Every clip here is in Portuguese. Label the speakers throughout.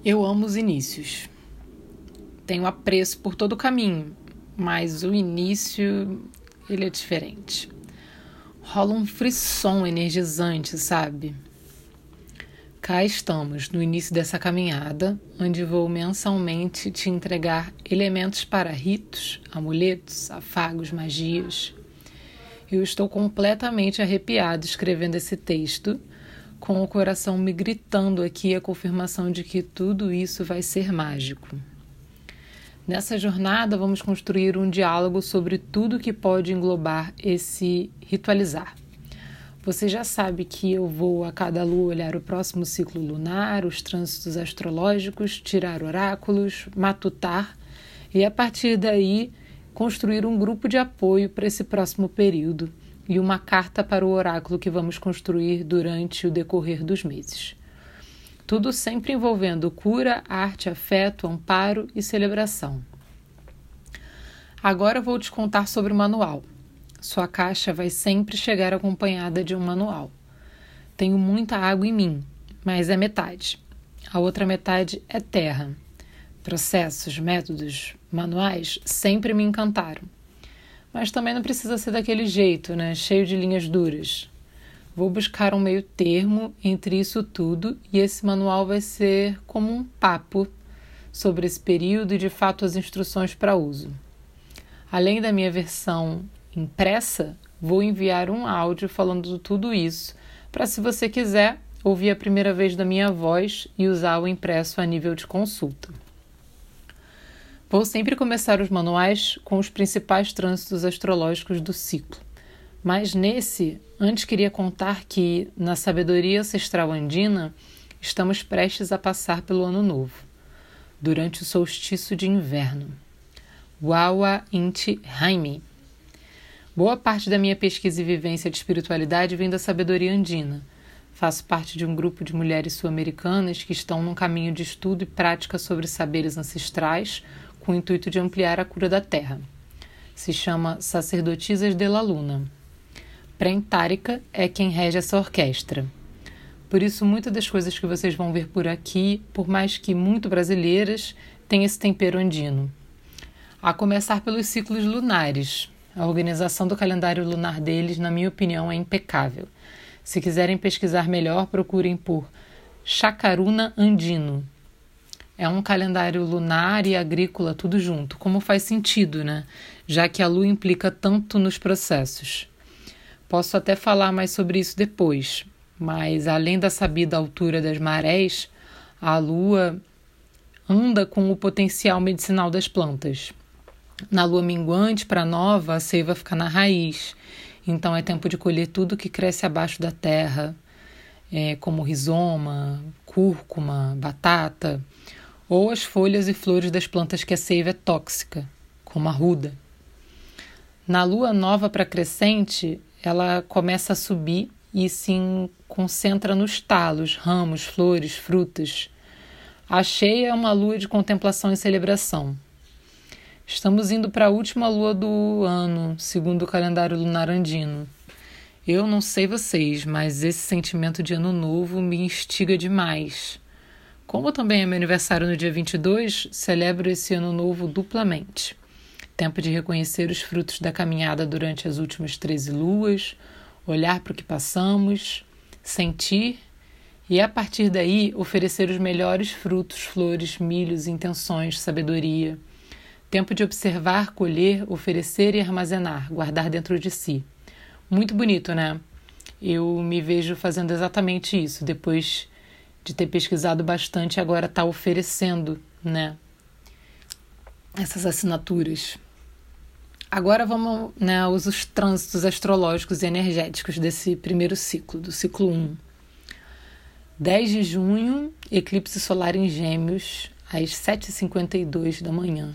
Speaker 1: Eu amo os inícios. Tenho apreço por todo o caminho, mas o início, ele é diferente. Rola um frisson energizante, sabe? Cá estamos, no início dessa caminhada, onde vou mensalmente te entregar elementos para ritos, amuletos, afagos, magias. Eu estou completamente arrepiado escrevendo esse texto, com o coração me gritando aqui a confirmação de que tudo isso vai ser mágico. Nessa jornada, vamos construir um diálogo sobre tudo que pode englobar esse ritualizar. Você já sabe que eu vou a cada lua olhar o próximo ciclo lunar, os trânsitos astrológicos, tirar oráculos, matutar e, a partir daí, construir um grupo de apoio para esse próximo período e uma carta para o oráculo que vamos construir durante o decorrer dos meses. Tudo sempre envolvendo cura, arte, afeto, amparo e celebração. Agora vou te contar sobre o manual. Sua caixa vai sempre chegar acompanhada de um manual. Tenho muita água em mim, mas é metade. A outra metade é terra. Processos, métodos, manuais sempre me encantaram. Mas também não precisa ser daquele jeito, né? Cheio de linhas duras. Vou buscar um meio termo entre isso tudo e esse manual vai ser como um papo sobre esse período e, de fato, as instruções para uso. Além da minha versão impressa, vou enviar um áudio falando de tudo isso para, se você quiser, ouvir a primeira vez da minha voz e usar o impresso a nível de consulta. Vou sempre começar os manuais com os principais trânsitos astrológicos do ciclo. Mas nesse, antes queria contar que, na sabedoria ancestral andina, estamos prestes a passar pelo Ano Novo, durante o solstício de inverno. Wawa Inti Raimi. Boa parte da minha pesquisa e vivência de espiritualidade vem da sabedoria andina. Faço parte de um grupo de mulheres sul-americanas que estão num caminho de estudo e prática sobre saberes ancestrais, com o intuito de ampliar a cura da Terra. Se chama Sacerdotisas de la Luna. Prentarica é quem rege essa orquestra. Por isso, muitas das coisas que vocês vão ver por aqui, por mais que muito brasileiras, têm esse tempero andino. A começar pelos ciclos lunares. A organização do calendário lunar deles, na minha opinião, é impecável. Se quiserem pesquisar melhor, procurem por Chacaruna Andino. É um calendário lunar e agrícola tudo junto, como faz sentido, né? Já que a lua implica tanto nos processos. Posso até falar mais sobre isso depois, mas além da sabida altura das marés, a lua anda com o potencial medicinal das plantas. Na lua minguante para nova, a seiva fica na raiz, então é tempo de colher tudo que cresce abaixo da terra, como rizoma, cúrcuma, batata, ou as folhas e flores das plantas que a seiva é tóxica, como a ruda. Na lua nova para crescente, ela começa a subir e se concentra nos talos, ramos, flores, frutas. A cheia é uma lua de contemplação e celebração. Estamos indo para a última lua do ano, segundo o calendário lunar andino. Eu não sei vocês, mas esse sentimento de ano novo me instiga demais. Como também é meu aniversário no dia 22, celebro esse ano novo duplamente. Tempo de reconhecer os frutos da caminhada durante as últimas 13 luas, olhar para o que passamos, sentir e, a partir daí, oferecer os melhores frutos, flores, milhos, intenções, sabedoria. Tempo de observar, colher, oferecer e armazenar, guardar dentro de si. Muito bonito, né? Eu me vejo fazendo exatamente isso, depois de ter pesquisado bastante, agora está oferecendo, né, essas assinaturas. Agora vamos, aos trânsitos astrológicos e energéticos desse primeiro ciclo, do ciclo 1. 10 de junho, eclipse solar em Gêmeos, às 7h52 da manhã.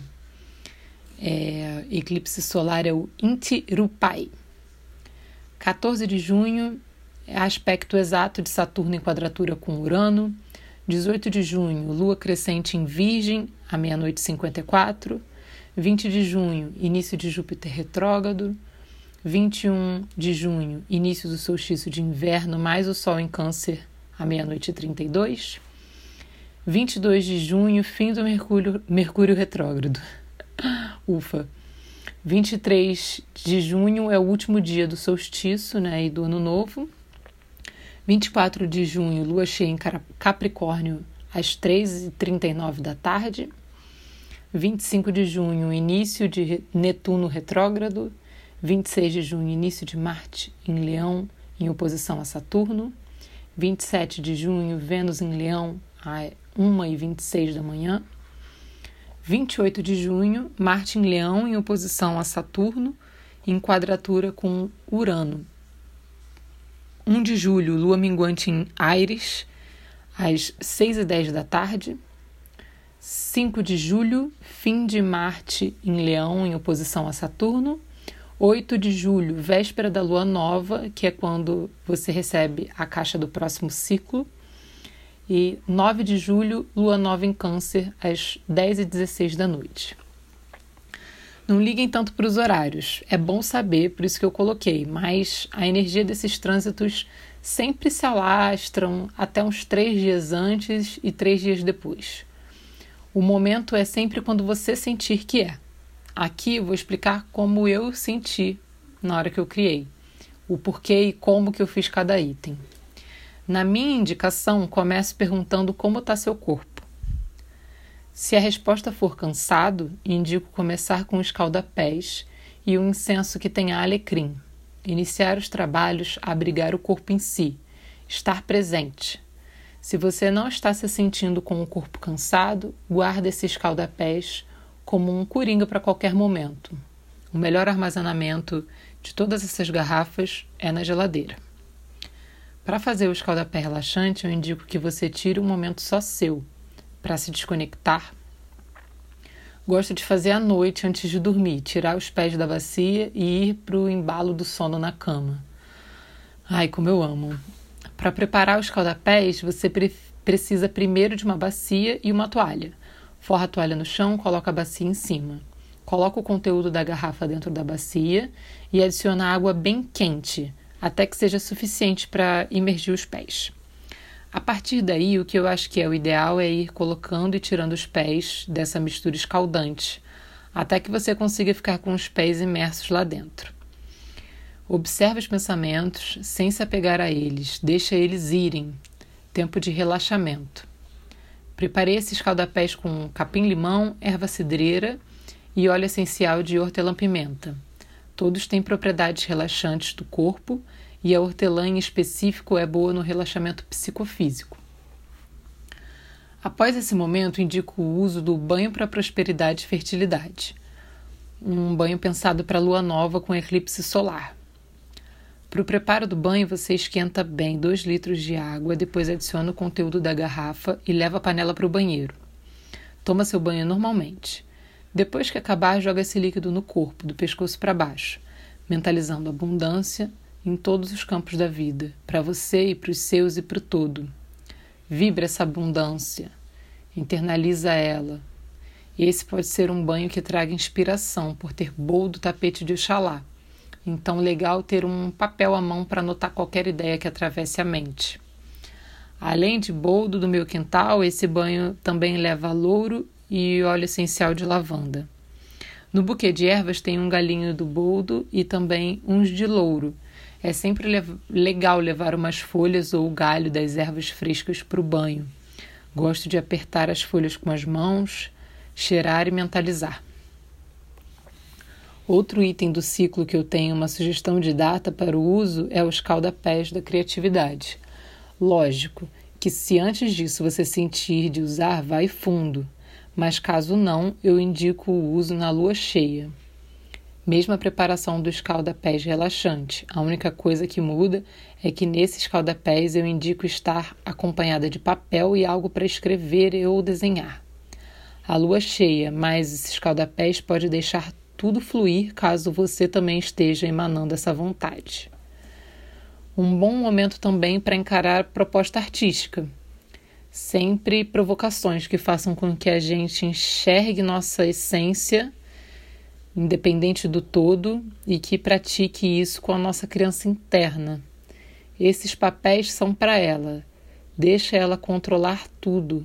Speaker 1: Eclipse solar é o Inti Rupai. 14 de junho, aspecto exato de Saturno em quadratura com Urano. 18 de junho, lua crescente em Virgem, à 00h54. 20 de junho, início de Júpiter retrógrado. 21 de junho, início do solstício de inverno, mais o Sol em Câncer, à 00h32. 22 de junho, fim do Mercúrio retrógrado. Ufa. 23 de junho é o último dia do solstício, né, e do ano novo. 24 de junho, lua cheia em Capricórnio, às 3h39 da tarde. 25 de junho, início de Netuno retrógrado. 26 de junho, início de Marte em Leão, em oposição a Saturno. 27 de junho, Vênus em Leão, às 1h26 da manhã. 28 de junho, Marte em Leão, em oposição a Saturno, em quadratura com Urano. 1 de julho, lua minguante em Áries, às 6h10 da tarde. 5 de julho, fim de Marte em Leão, em oposição a Saturno. 8 de julho, véspera da lua nova, que é quando você recebe a caixa do próximo ciclo. E 9 de julho, lua nova em Câncer, às 10h16 da noite. Não liguem tanto para os horários, é bom saber, por isso que eu coloquei, mas a energia desses trânsitos sempre se alastram até uns 3 dias antes e 3 dias depois. O momento é sempre quando você sentir que é. Aqui eu vou explicar como eu senti na hora que eu criei, o porquê e como que eu fiz cada item. Na minha indicação, começo perguntando como está seu corpo. Se a resposta for cansado, indico começar com escalda-pés e um incenso que tenha alecrim. Iniciar os trabalhos a abrigar o corpo em si, estar presente. Se você não está se sentindo com o corpo cansado, guarde esse escalda-pés como um coringa para qualquer momento. O melhor armazenamento de todas essas garrafas é na geladeira. Para fazer o escaldapé relaxante, eu indico que você tire um momento só seu, para se desconectar. Gosto de fazer à noite antes de dormir, tirar os pés da bacia e ir para o embalo do sono na cama. Ai, como eu amo! Para preparar os escaldapés, você precisa primeiro de uma bacia e uma toalha. Forra a toalha no chão, coloca a bacia em cima. Coloca o conteúdo da garrafa dentro da bacia e adiciona água bem quente, até que seja suficiente para imergir os pés. A partir daí, o que eu acho que é o ideal é ir colocando e tirando os pés dessa mistura escaldante, até que você consiga ficar com os pés imersos lá dentro. Observe os pensamentos sem se apegar a eles, deixa eles irem. Tempo de relaxamento. Preparei esse escaldapés com capim-limão, erva cidreira e óleo essencial de hortelã-pimenta. Todos têm propriedades relaxantes do corpo e a hortelã em específico é boa no relaxamento psicofísico. Após esse momento, indico o uso do banho para prosperidade e fertilidade. Um banho pensado para a lua nova com eclipse solar. Para o preparo do banho, você esquenta bem 2 litros de água, depois adiciona o conteúdo da garrafa e leva a panela para o banheiro. Toma seu banho normalmente. Depois que acabar, joga esse líquido no corpo, do pescoço para baixo, mentalizando abundância em todos os campos da vida, para você e para os seus e para o todo. Vibra essa abundância, internaliza ela. Esse pode ser um banho que traga inspiração, por ter boldo tapete de Oxalá. Então, legal ter um papel à mão para anotar qualquer ideia que atravesse a mente. Além de boldo do meu quintal, esse banho também leva louro e óleo essencial de lavanda. No buquê de ervas tem um galinho do boldo e também uns de louro. É sempre legal levar umas folhas ou o galho das ervas frescas para o banho. Gosto de apertar as folhas com as mãos, cheirar e mentalizar. Outro item do ciclo que eu tenho uma sugestão de data para o uso é o escalda-pés da criatividade. Lógico que se antes disso você sentir de usar, vai fundo. Mas caso não, eu indico o uso na lua cheia. Mesma preparação do escalda-pés relaxante. A única coisa que muda é que nesse escalda-pés eu indico estar acompanhada de papel e algo para escrever ou desenhar. A lua cheia, mas esse escalda-pés pode deixar tudo fluir caso você também esteja emanando essa vontade. Um bom momento também para encarar proposta artística. Sempre provocações que façam com que a gente enxergue nossa essência, independente do todo, e que pratique isso com a nossa criança interna. Esses papéis são para ela. Deixa ela controlar tudo.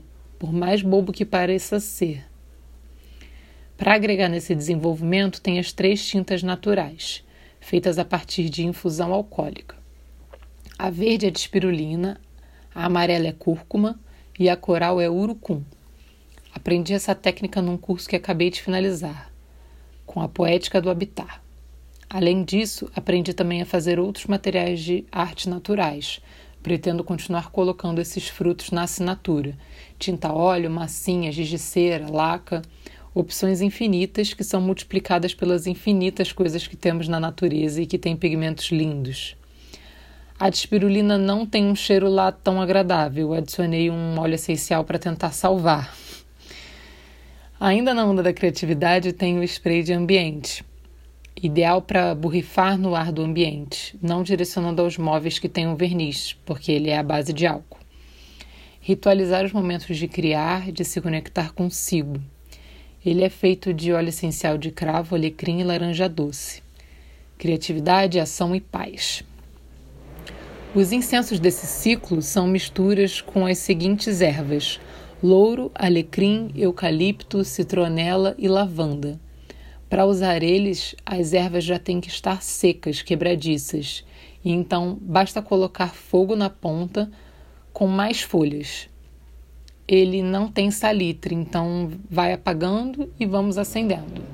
Speaker 1: por mais bobo que pareça ser. Para agregar nesse desenvolvimento, tem as 3 tintas naturais, feitas a partir de infusão alcoólica. A verde é de espirulina, a amarela é cúrcuma e a coral é urucum. Aprendi essa técnica num curso que acabei de finalizar, com a Poética do Habitar. Além disso, aprendi também a fazer outros materiais de arte naturais. Pretendo continuar colocando esses frutos na assinatura. Tinta a óleo, massinha, giz de cera, laca, opções infinitas que são multiplicadas pelas infinitas coisas que temos na natureza e que têm pigmentos lindos. A de espirulina não tem um cheiro lá tão agradável. Adicionei um óleo essencial para tentar salvar. Ainda na onda da criatividade, tem o spray de ambiente. Ideal para borrifar no ar do ambiente, não direcionando aos móveis que tenham verniz, porque ele é à base de álcool. Ritualizar os momentos de criar, de se conectar consigo. Ele é feito de óleo essencial de cravo, alecrim e laranja doce. Criatividade, ação e paz. Os incensos desse ciclo são misturas com as seguintes ervas: louro, alecrim, eucalipto, citronela e lavanda. Para usar eles, as ervas já têm que estar secas, quebradiças, e então basta colocar fogo na ponta com mais folhas. Ele não tem salitre, então vai apagando e vamos acendendo.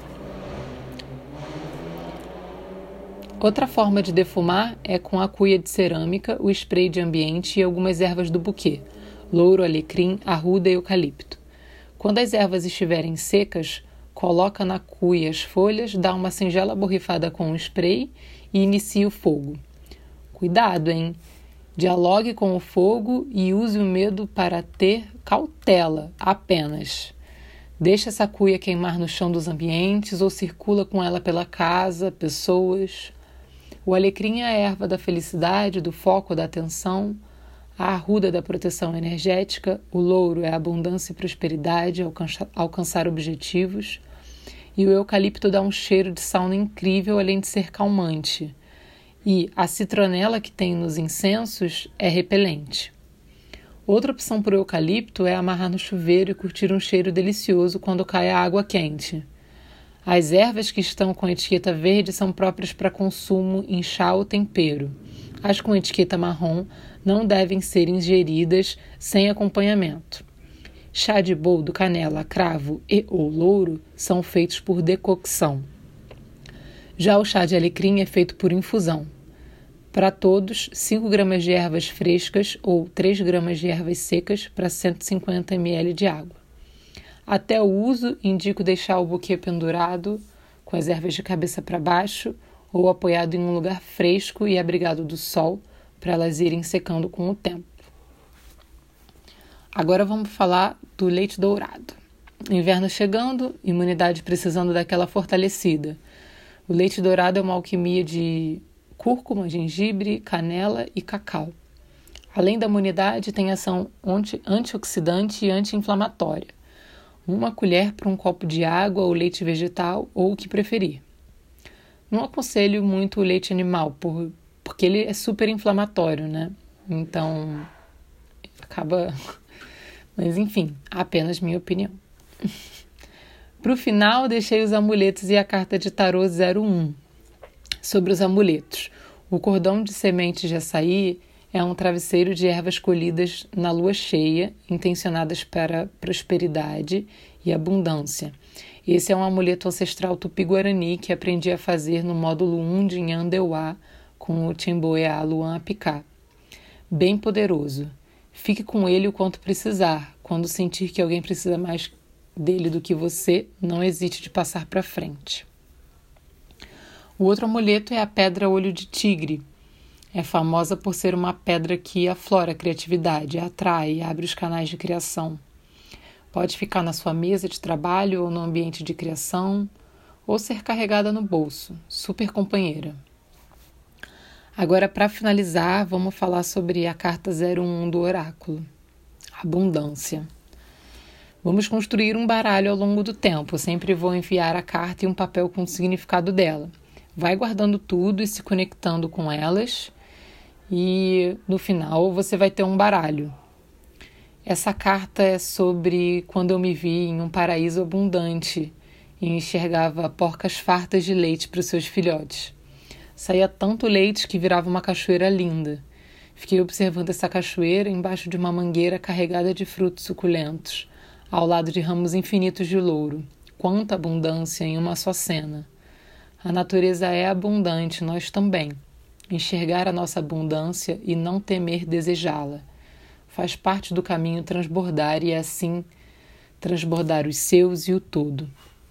Speaker 1: Outra forma de defumar é com a cuia de cerâmica, o spray de ambiente e algumas ervas do buquê: louro, alecrim, arruda e eucalipto. Quando as ervas estiverem secas, coloca na cuia as folhas, dá uma singela borrifada com o spray e inicia o fogo. Cuidado, hein? Dialogue com o fogo e use o medo para ter cautela apenas. Deixe essa cuia queimar no chão dos ambientes ou circula com ela pela casa, pessoas. O alecrim é a erva da felicidade, do foco, da atenção. A arruda da proteção energética, o louro é a abundância e prosperidade, alcançar objetivos. E o eucalipto dá um cheiro de sauna incrível, além de ser calmante. E a citronela que tem nos incensos é repelente. Outra opção para o eucalipto é amarrar no chuveiro e curtir um cheiro delicioso quando cai a água quente. As ervas que estão com etiqueta verde são próprias para consumo em chá ou tempero. As com etiqueta marrom não devem ser ingeridas sem acompanhamento. Chá de boldo, canela, cravo e ou louro são feitos por decocção. Já o chá de alecrim é feito por infusão. Para todos, 5 gramas de ervas frescas ou 3 gramas de ervas secas para 150 ml de água. Até o uso, indico deixar o buquê pendurado com as ervas de cabeça para baixo ou apoiado em um lugar fresco e abrigado do sol, para elas irem secando com o tempo. Agora vamos falar do leite dourado. Inverno chegando, imunidade precisando daquela fortalecida. O leite dourado é uma alquimia de cúrcuma, gengibre, canela e cacau. Além da imunidade, tem ação antioxidante e anti-inflamatória. 1 colher para um copo de água ou leite vegetal ou o que preferir. Não aconselho muito o leite animal, porque ele é super inflamatório, né? Então, acaba... Mas, enfim, apenas minha opinião. Para o final, deixei os amuletos e a carta de tarô 01. Sobre os amuletos. O cordão de sementes de açaí é um travesseiro de ervas colhidas na lua cheia, intencionadas para prosperidade e abundância. Esse é um amuleto ancestral tupi-guarani que aprendi a fazer no módulo 1 de Nhandeuá com o Timboeá Luan Apicá. Bem poderoso. Fique com ele o quanto precisar. Quando sentir que alguém precisa mais dele do que você, não hesite de passar para frente. O outro amuleto é a pedra olho de tigre. É famosa por ser uma pedra que aflora a criatividade, atrai e abre os canais de criação. Pode ficar na sua mesa de trabalho ou no ambiente de criação, ou ser carregada no bolso. Super companheira. Agora, para finalizar, vamos falar sobre a carta 01 do oráculo. Abundância. Vamos construir um baralho ao longo do tempo. Eu sempre vou enviar a carta e um papel com o significado dela. Vai guardando tudo e se conectando com elas. E no final você vai ter um baralho. Essa carta é sobre quando eu me vi em um paraíso abundante e enxergava porcas fartas de leite para os seus filhotes. Saía tanto leite que virava uma cachoeira linda. Fiquei observando essa cachoeira embaixo de uma mangueira carregada de frutos suculentos, ao lado de ramos infinitos de louro. Quanta abundância em uma só cena! A natureza é abundante, nós também. Enxergar a nossa abundância e não temer desejá-la. Faz parte do caminho transbordar e assim transbordar os seus e o todo.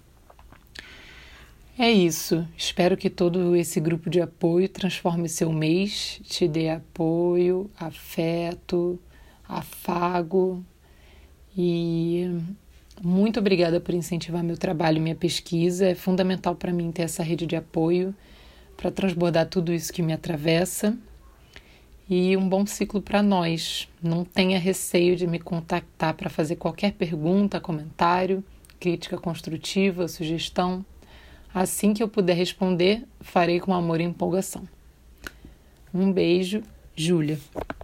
Speaker 1: É isso. Espero que todo esse grupo de apoio transforme seu mês, te dê apoio, afeto, afago e muito obrigada por incentivar meu trabalho e minha pesquisa. É fundamental para mim ter essa rede de apoio para transbordar tudo isso que me atravessa. E um bom ciclo para nós. Não tenha receio de me contactar para fazer qualquer pergunta, comentário, crítica construtiva, sugestão. Assim que eu puder responder, farei com amor e empolgação. Um beijo, Júlia.